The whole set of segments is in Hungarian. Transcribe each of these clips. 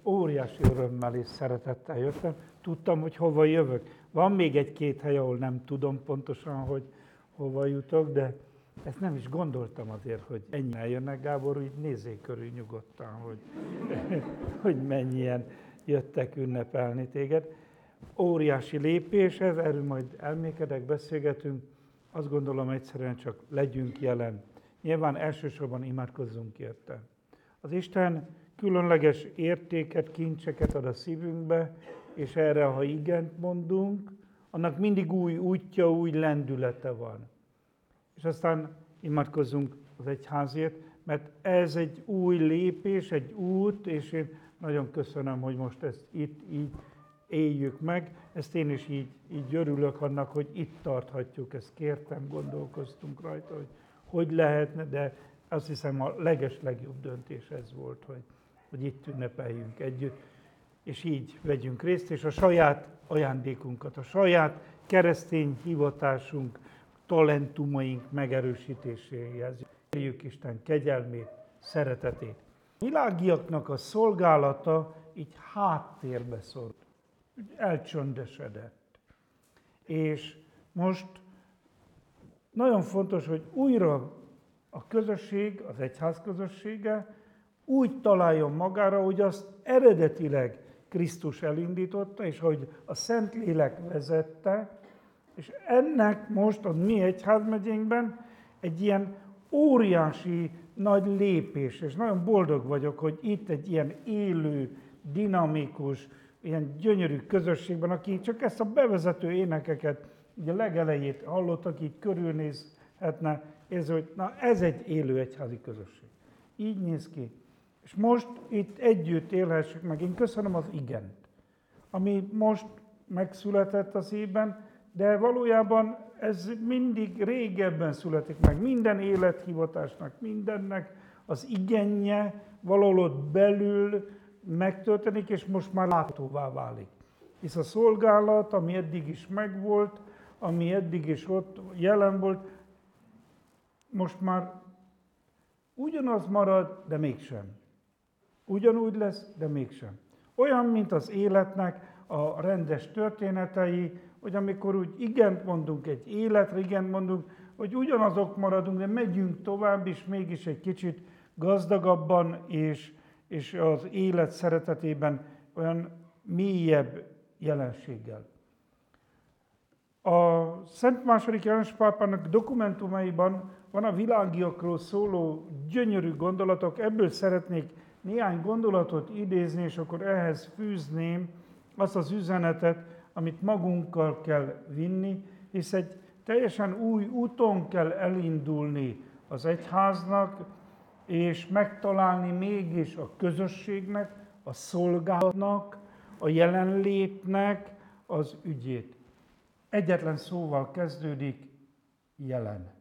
óriási örömmel és szeretettel jöttem. Tudtam, hogy hova jövök. Van még egy-két hely, ahol nem tudom pontosan, hogy hova jutok, de ezt nem is gondoltam azért, hogy ennyi eljönnek, Gábor, így nézzék körül nyugodtan, hogy mennyien jöttek ünnepelni téged. Óriási lépés ez, erről majd elmékedek, beszélgetünk. Azt gondolom, egyszerűen csak legyünk jelen. Nyilván elsősorban imádkozzunk érte. Az Isten különleges értéket, kincseket ad a szívünkbe, és erre, ha igent mondunk, annak mindig új útja, új lendülete van. És aztán imádkozzunk az egyházért, mert ez egy új lépés, egy út, és én nagyon köszönöm, hogy most ezt itt így éljük meg. Ezt én is így örülök annak, hogy itt tarthatjuk. Ezt kértem, gondolkoztunk rajta, hogy lehetne, de azt hiszem a legjobb döntés ez volt, hogy itt ünnepeljünk együtt, és így vegyünk részt, és a saját ajándékunkat, a saját keresztény hivatásunk, talentumaink megerősítéséhez. Kérjük Isten kegyelmét, szeretetét. A világiaknak a szolgálata így háttérbe szorult, elcsöndesedett. És most nagyon fontos, hogy újra a közösség, az egyház közössége úgy találjon magára, hogy azt eredetileg Krisztus elindította, és hogy a Szentlélek vezette, és ennek most a mi egyházmegyénkben egy ilyen óriási nagy lépés, és nagyon boldog vagyok, hogy itt egy ilyen élő, dinamikus, ilyen gyönyörű közösségben, aki csak ezt a bevezető énekeket, ugye a legelejét hallottak, így körülnézhetne, érzi, hogy na ez egy élő egyházi közösség. Így néz ki. És most itt együtt élhessük meg. Én köszönöm az igent, ami most megszületett a szívben, de valójában ez mindig régebben születik meg. Minden élethivatásnak, mindennek az igenje valahol ott belül megtörténik, és most már láthatóvá válik. Hisz a szolgálat, ami eddig is megvolt, ami eddig is ott jelen volt, most már ugyanaz marad, de mégsem. Ugyanúgy lesz, de mégsem. Olyan, mint az életnek a rendes történetei, hogy amikor úgy igent mondunk egy életre, igent mondunk, hogy ugyanazok maradunk, de megyünk tovább, és mégis egy kicsit gazdagabban, és az élet szeretetében olyan mélyebb jelenséggel. A Szent II. János pápának dokumentumaiban van a világiakról szóló gyönyörű gondolatok, ebből szeretnék néhány gondolatot idézni, és akkor ehhez fűzném azt az üzenetet, amit magunkkal kell vinni, hisz egy teljesen új úton kell elindulni az egyháznak, és megtalálni mégis a közösségnek, a szolgálatnak, a jelenlétnek az ügyét. Egyetlen szóval kezdődik: jelen.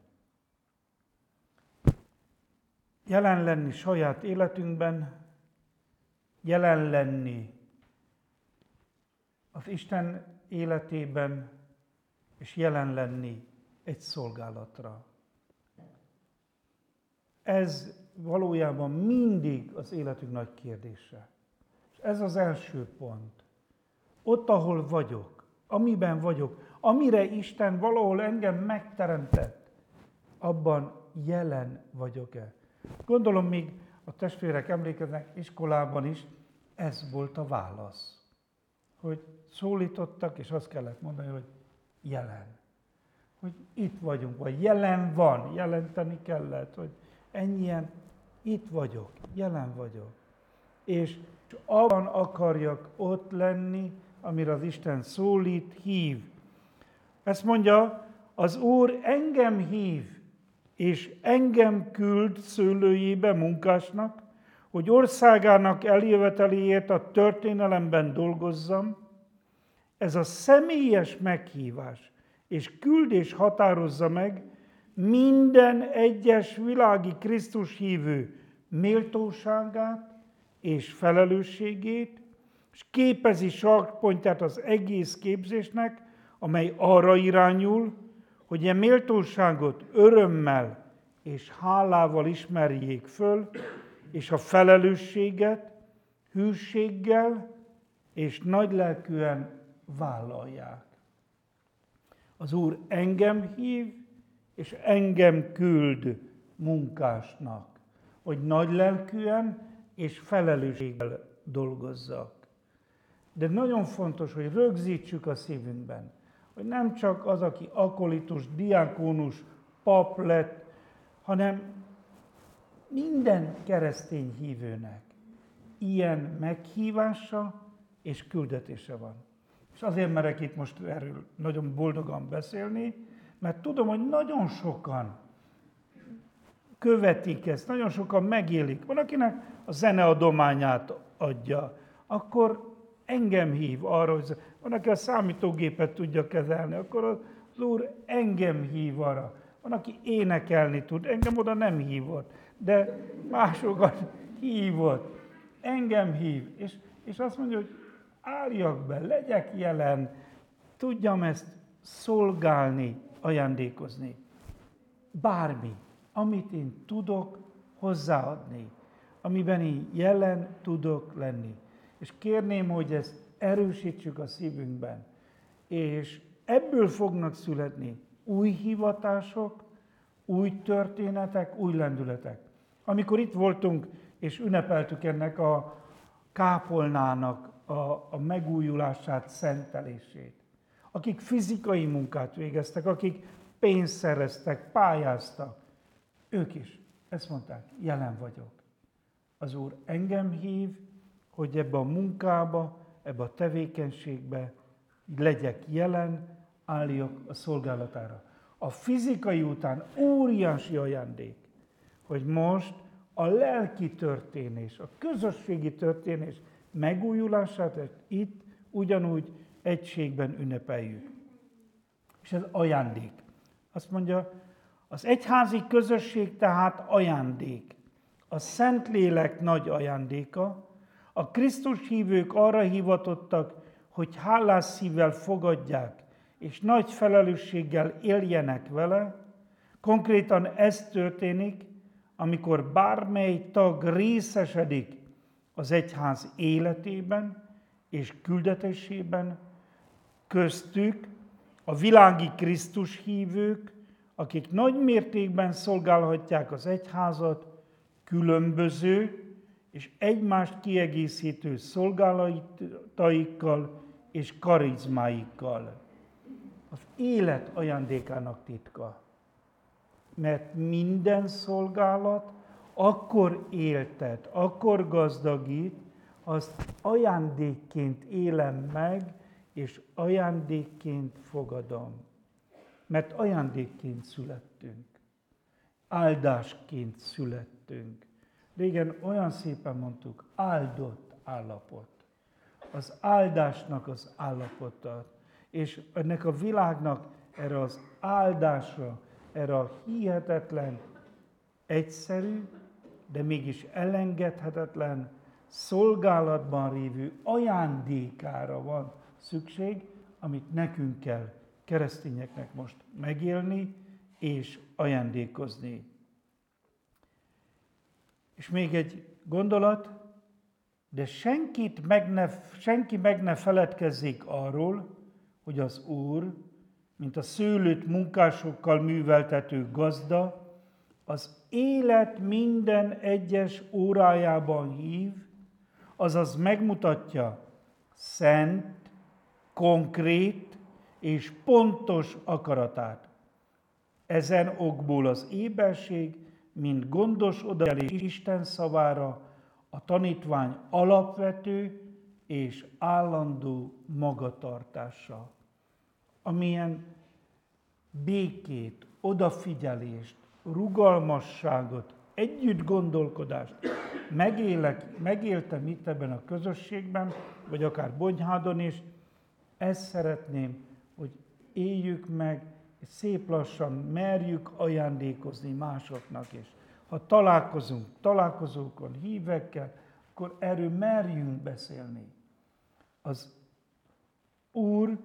Jelen lenni saját életünkben, jelen lenni az Isten életében, és jelen lenni egy szolgálatra. Ez valójában mindig az életünk nagy kérdése. És ez az első pont. Ott, ahol vagyok, amiben vagyok, amire Isten valahol engem megteremtett, abban jelen vagyok-e? Gondolom, még a testvérek emlékeznek, iskolában is ez volt a válasz. Hogy szólítottak, és azt kellett mondani, hogy jelen. Hogy itt vagyunk, vagy jelen van, jelenteni kellett, hogy ennyien itt vagyok, jelen vagyok. És abban akarjak ott lenni, amire az Isten szólít, hív. Ezt mondja, az Úr engem hív, és engem küld szőlőjébe munkásnak, hogy országának eljöveteléért a történelemben dolgozzam. Ez a személyes meghívás és küldés határozza meg minden egyes világi Krisztus hívő méltóságát és felelősségét, és képezi sarkpontját az egész képzésnek, amely arra irányul, hogy a méltóságot örömmel és hálával ismerjék föl, és a felelősséget hűséggel és nagylelkűen vállalják. Az Úr engem hív, és engem küld munkásnak, hogy nagylelkűen és felelősséggel dolgozzak. De nagyon fontos, hogy rögzítsük a szívünkben, hogy nem csak az, aki akolitus, diákónus, pap lett, hanem minden keresztény hívőnek ilyen meghívása és küldetése van. És azért merek itt most erről nagyon boldogan beszélni, mert tudom, hogy nagyon sokan követik ezt, nagyon sokan megélik. Van, akinek a zeneadományát adja, akkor engem hív arra, hogy van, aki a számítógépet tudja kezelni, akkor az Úr engem hív arra. Van, aki énekelni tud, engem oda nem hívott, de másokat hívott. Engem hív, és azt mondja, hogy álljak be, legyek jelen, tudjam ezt szolgálni, ajándékozni. Bármi, amit én tudok hozzáadni, amiben én jelen tudok lenni. És kérném, hogy ezt erősítsük a szívünkben. És ebből fognak születni új hivatások, új történetek, új lendületek. Amikor itt voltunk, és ünnepeltük ennek a kápolnának a megújulását, szentelését. Akik fizikai munkát végeztek, akik pénzt szereztek, pályáztak, ők is ezt mondták, jelen vagyok. Az Úr engem hív, hogy ebbe a munkába, ebbe a tevékenységbe legyek jelen, álljak a szolgálatára. A fizikai után óriási ajándék, hogy most a lelki történés, a közösségi történés megújulását itt ugyanúgy egységben ünnepeljük. És ez ajándék. Azt mondja, az egyházi közösség tehát ajándék. A Szentlélek nagy ajándéka. A Krisztus hívők arra hivatottak, hogy hálás szívvel fogadják, és nagy felelősséggel éljenek vele. Konkrétan ez történik, amikor bármely tag részesedik az egyház életében és küldetésében, köztük a világi Krisztus hívők, akik nagy mértékben szolgálhatják az egyházat különböző és egymást kiegészítő szolgálataikkal és karizmáikkal. Az élet ajándékának titka. Mert minden szolgálat akkor éltet, akkor gazdagít, ha azt ajándékként élem meg, és ajándékként fogadom. Mert ajándékként születtünk. Áldásként születtünk. Régen olyan szépen mondtuk, áldott állapot. Az áldásnak az állapota. És ennek a világnak erre az áldásra, erre a hihetetlen, egyszerű, de mégis elengedhetetlen, szolgálatban lévő ajándékára van szükség, amit nekünk kell, keresztényeknek most megélni és ajándékozni. És még egy gondolat, de senki meg ne feledkezzék arról, hogy az Úr, mint a szőlőt munkásokkal műveltető gazda, az élet minden egyes órájában hív, azaz megmutatja szent, konkrét és pontos akaratát. Ezen okból az éberség, mint gondos odafigyelés Isten szavára, a tanítvány alapvető és állandó magatartása. Amilyen békét, odafigyelést, rugalmasságot, együtt gondolkodást megéltem itt ebben a közösségben, vagy akár Bonyhádon is, ezt szeretném, hogy éljük meg, és szép lassan merjük ajándékozni másoknak is. Ha találkozunk találkozókon, hívekkel, akkor erről merjünk beszélni. Az Úr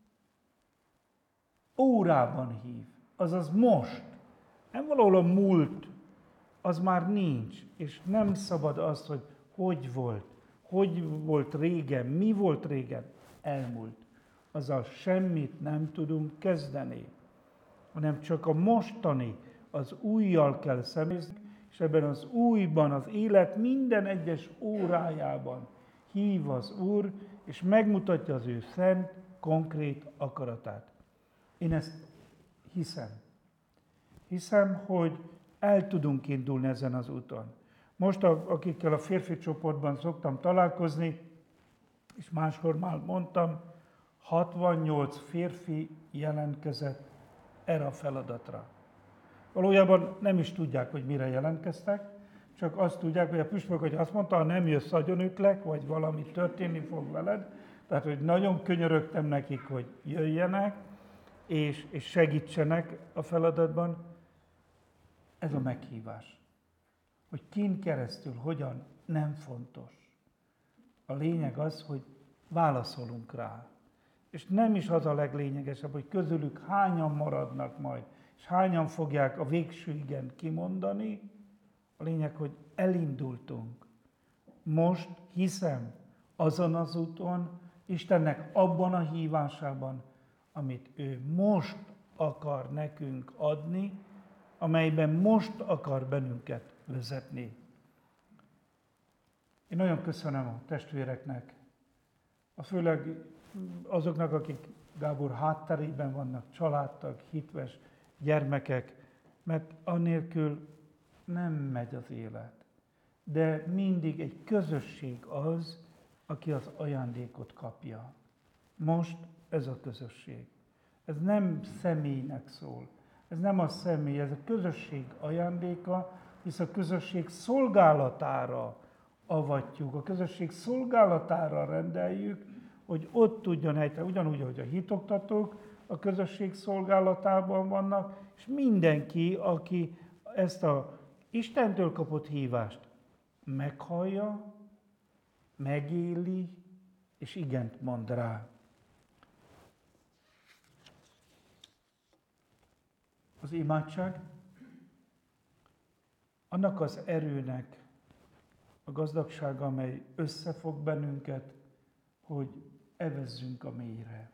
órában hív, azaz most. Nem valahol a múlt, az már nincs, és nem szabad azt, hogy volt, hogy volt régen, mi volt régen, elmúlt. Azzal semmit nem tudunk kezdeni, hanem csak a mostani, az újjal kell szembenézni, és ebben az újban, az élet minden egyes órájában hív az Úr, és megmutatja az ő szent, konkrét akaratát. Én ezt hiszem. Hiszem, hogy el tudunk indulni ezen az úton. Most, akikkel a férfi csoportban szoktam találkozni, és máskor már mondtam, 68 férfi jelentkezett erre a feladatra. Valójában nem is tudják, hogy mire jelentkeztek, csak azt tudják, hogy a püspök, hogy azt mondta, ha nem jössz, agyonütlek, vagy valami történni fog veled. Tehát, hogy nagyon könyörögtem nekik, hogy jöjjenek, és segítsenek a feladatban. Ez a meghívás. Hogy kin keresztül, hogyan, nem fontos. A lényeg az, hogy válaszolunk rá. És nem is az a leglényegesebb, hogy közülük hányan maradnak majd, és hányan fogják a végső igent kimondani. A lényeg, hogy elindultunk. Most hiszem azon az úton, Istennek abban a hívásában, amit ő most akar nekünk adni, amelyben most akar bennünket vezetni. Én nagyon köszönöm a testvéreknek, főleg azoknak, akik Gábor hátterében vannak, családtag, hitves gyermekek, mert annélkül nem megy az élet. De mindig egy közösség az, aki az ajándékot kapja. Most ez a közösség. Ez nem személynek szól. Ez nem a személy, ez a közösség ajándéka, hisz a közösség szolgálatára avatjuk, a közösség szolgálatára rendeljük, hogy ott tudjon helytelen, ugyanúgy, ahogy a hitoktatók a közösség szolgálatában vannak, és mindenki, aki ezt a Istentől kapott hívást meghallja, megéli, és igent mond rá. Az imádság annak az erőnek a gazdagsága, amely összefog bennünket, hogy evezzünk a mélyre.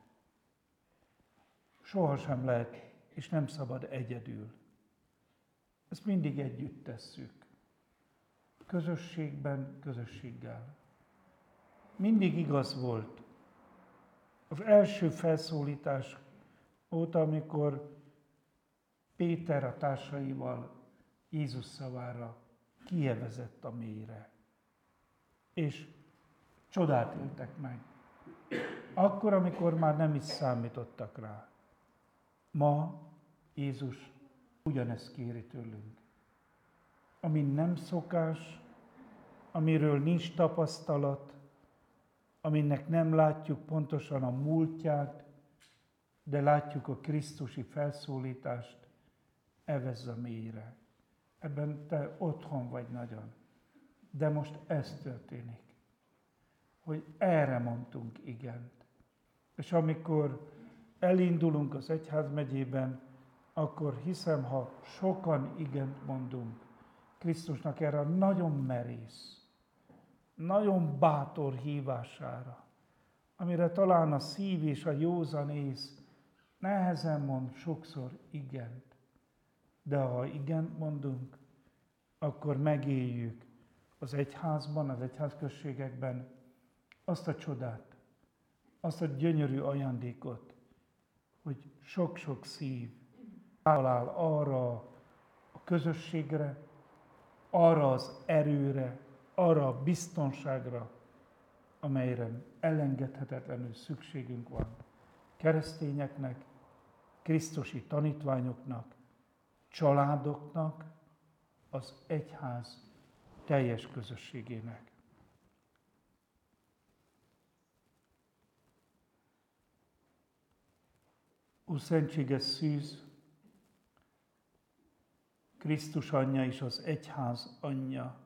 Sohasem lehet, és nem szabad egyedül. Ezt mindig együtt tesszük. Közösségben, közösséggel. Mindig igaz volt. Az első felszólítás óta, amikor Péter a társaival Jézus szavára kievezett a mélyre. És csodát éltek meg. Akkor, amikor már nem is számítottak rá. Ma Jézus ugyanezt kéri tőlünk. Ami nem szokás, amiről nincs tapasztalat, aminek nem látjuk pontosan a múltját, de látjuk a krisztusi felszólítást, evezz a mélyre. Ebben te otthon vagy nagyon. De most ez történik, hogy erre mondtunk igent. És amikor elindulunk az egyházmegyében, akkor hiszem, ha sokan igent mondunk Krisztusnak erre a nagyon merész, nagyon bátor hívására, amire talán a szív és a józan ész nehezen mond sokszor igent. De ha igent mondunk, akkor megéljük az egyházban, az egyházközségekben azt a csodát, azt a gyönyörű ajándékot, hogy sok-sok szív talál arra a közösségre, arra az erőre, arra a biztonságra, amelyre elengedhetetlenül szükségünk van. Keresztényeknek, krisztusi tanítványoknak, családoknak, az egyház teljes közösségének. Ó szentséges szűz, Krisztus anyja és az egyház anyja.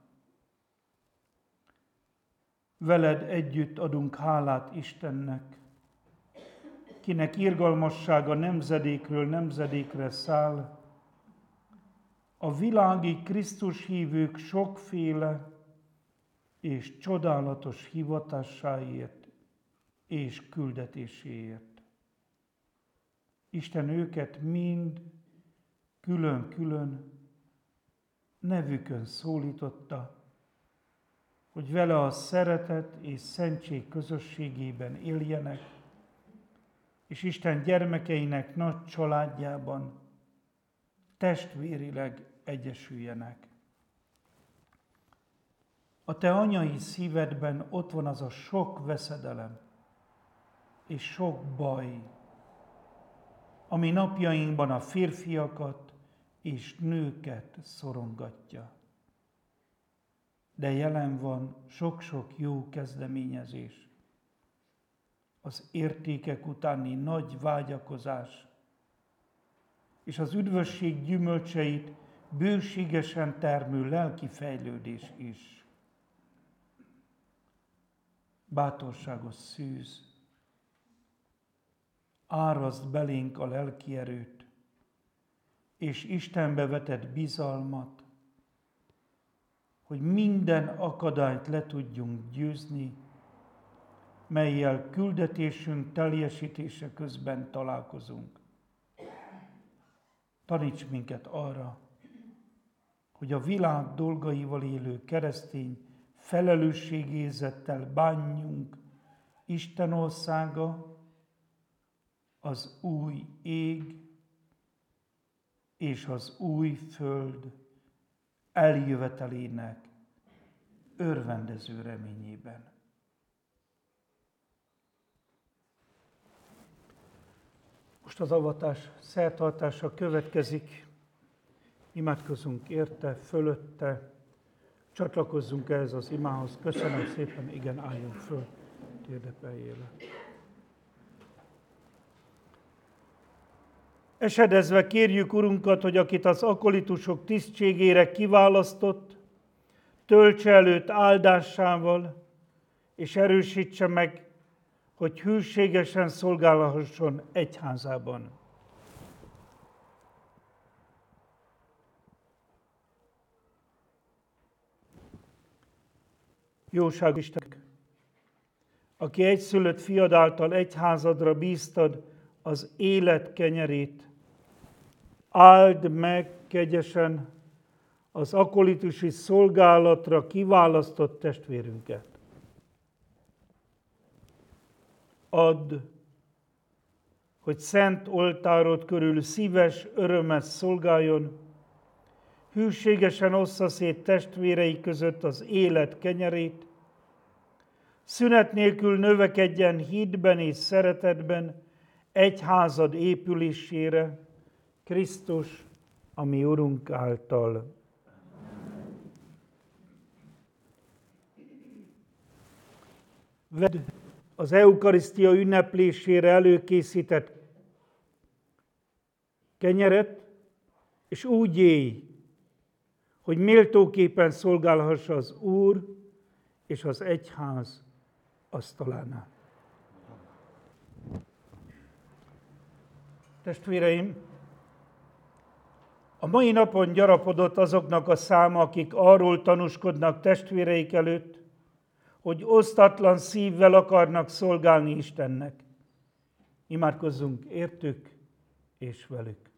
Veled együtt adunk hálát Istennek, kinek irgalmassága nemzedékről nemzedékre száll, a világi Krisztus hívők sokféle, és csodálatos hivatásáért és küldetéséért. Isten őket mind külön-külön nevükön szólította, hogy vele a szeretet és szentség közösségében éljenek, és Isten gyermekeinek nagy családjában testvérileg egyesüljenek. A te anyai szívedben ott van az a sok veszedelem és sok baj, ami napjainkban a férfiakat és nőket szorongatja. De jelen van sok-sok jó kezdeményezés. Az értékek utáni nagy vágyakozás, és az üdvösség gyümölcseit bőségesen termő lelki fejlődés is. Bátorságos szűz, áraszt belénk a lelki erőt, és Istenbe vetett bizalmat, hogy minden akadályt le tudjunk győzni, mellyel küldetésünk teljesítése közben találkozunk. Taníts minket arra, hogy a világ dolgaival élő keresztény felelősségérzettel bánjunk Isten országa, az új ég és az új föld eljövetelének örvendező reményében. Most az avatás szertartása következik. Imádkozzunk érte, fölötte, csatlakozzunk ehhez az imához. Köszönöm szépen, igen, álljunk föl, térdepeljél le. Esedezve kérjük Urunkat, hogy akit az akolitusok tisztségére kiválasztott, töltse előtt áldásával, és erősítse meg, hogy hűségesen szolgálhasson egyházában. Jóságos Isten, aki egyszülött fiad által egyházadra bíztad az élet kenyerét, áld meg kegyesen az akolitusi szolgálatra kiválasztott testvérünket. Add, hogy szent oltárod körül szíves örömmel szolgáljon, hűségesen ossza szét testvérei között az élet kenyerét, szünet nélkül növekedjen hitben és szeretetben egyházad épülésére, Krisztus, a mi Urunk által. Vedd az eukarisztia ünneplésére előkészített kenyeret, és úgy élj, hogy méltóképpen szolgálhassa az Úr és az egyház asztalánál. Testvéreim, a mai napon gyarapodott azoknak a száma, akik arról tanúskodnak testvéreik előtt, hogy osztatlan szívvel akarnak szolgálni Istennek. Imádkozzunk értük és velük.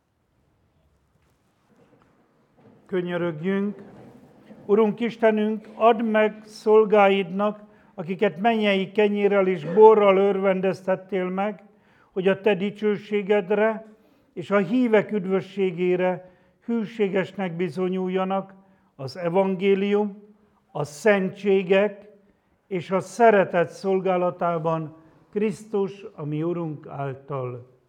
Könyörögjünk, Urunk Istenünk, add meg szolgáidnak, akiket mennyei kenyérrel és borral örvendeztettél meg, hogy a te dicsőségedre és a hívek üdvösségére hűségesnek bizonyuljanak az evangélium, a szentségek és a szeretet szolgálatában Krisztus, a mi Urunk által.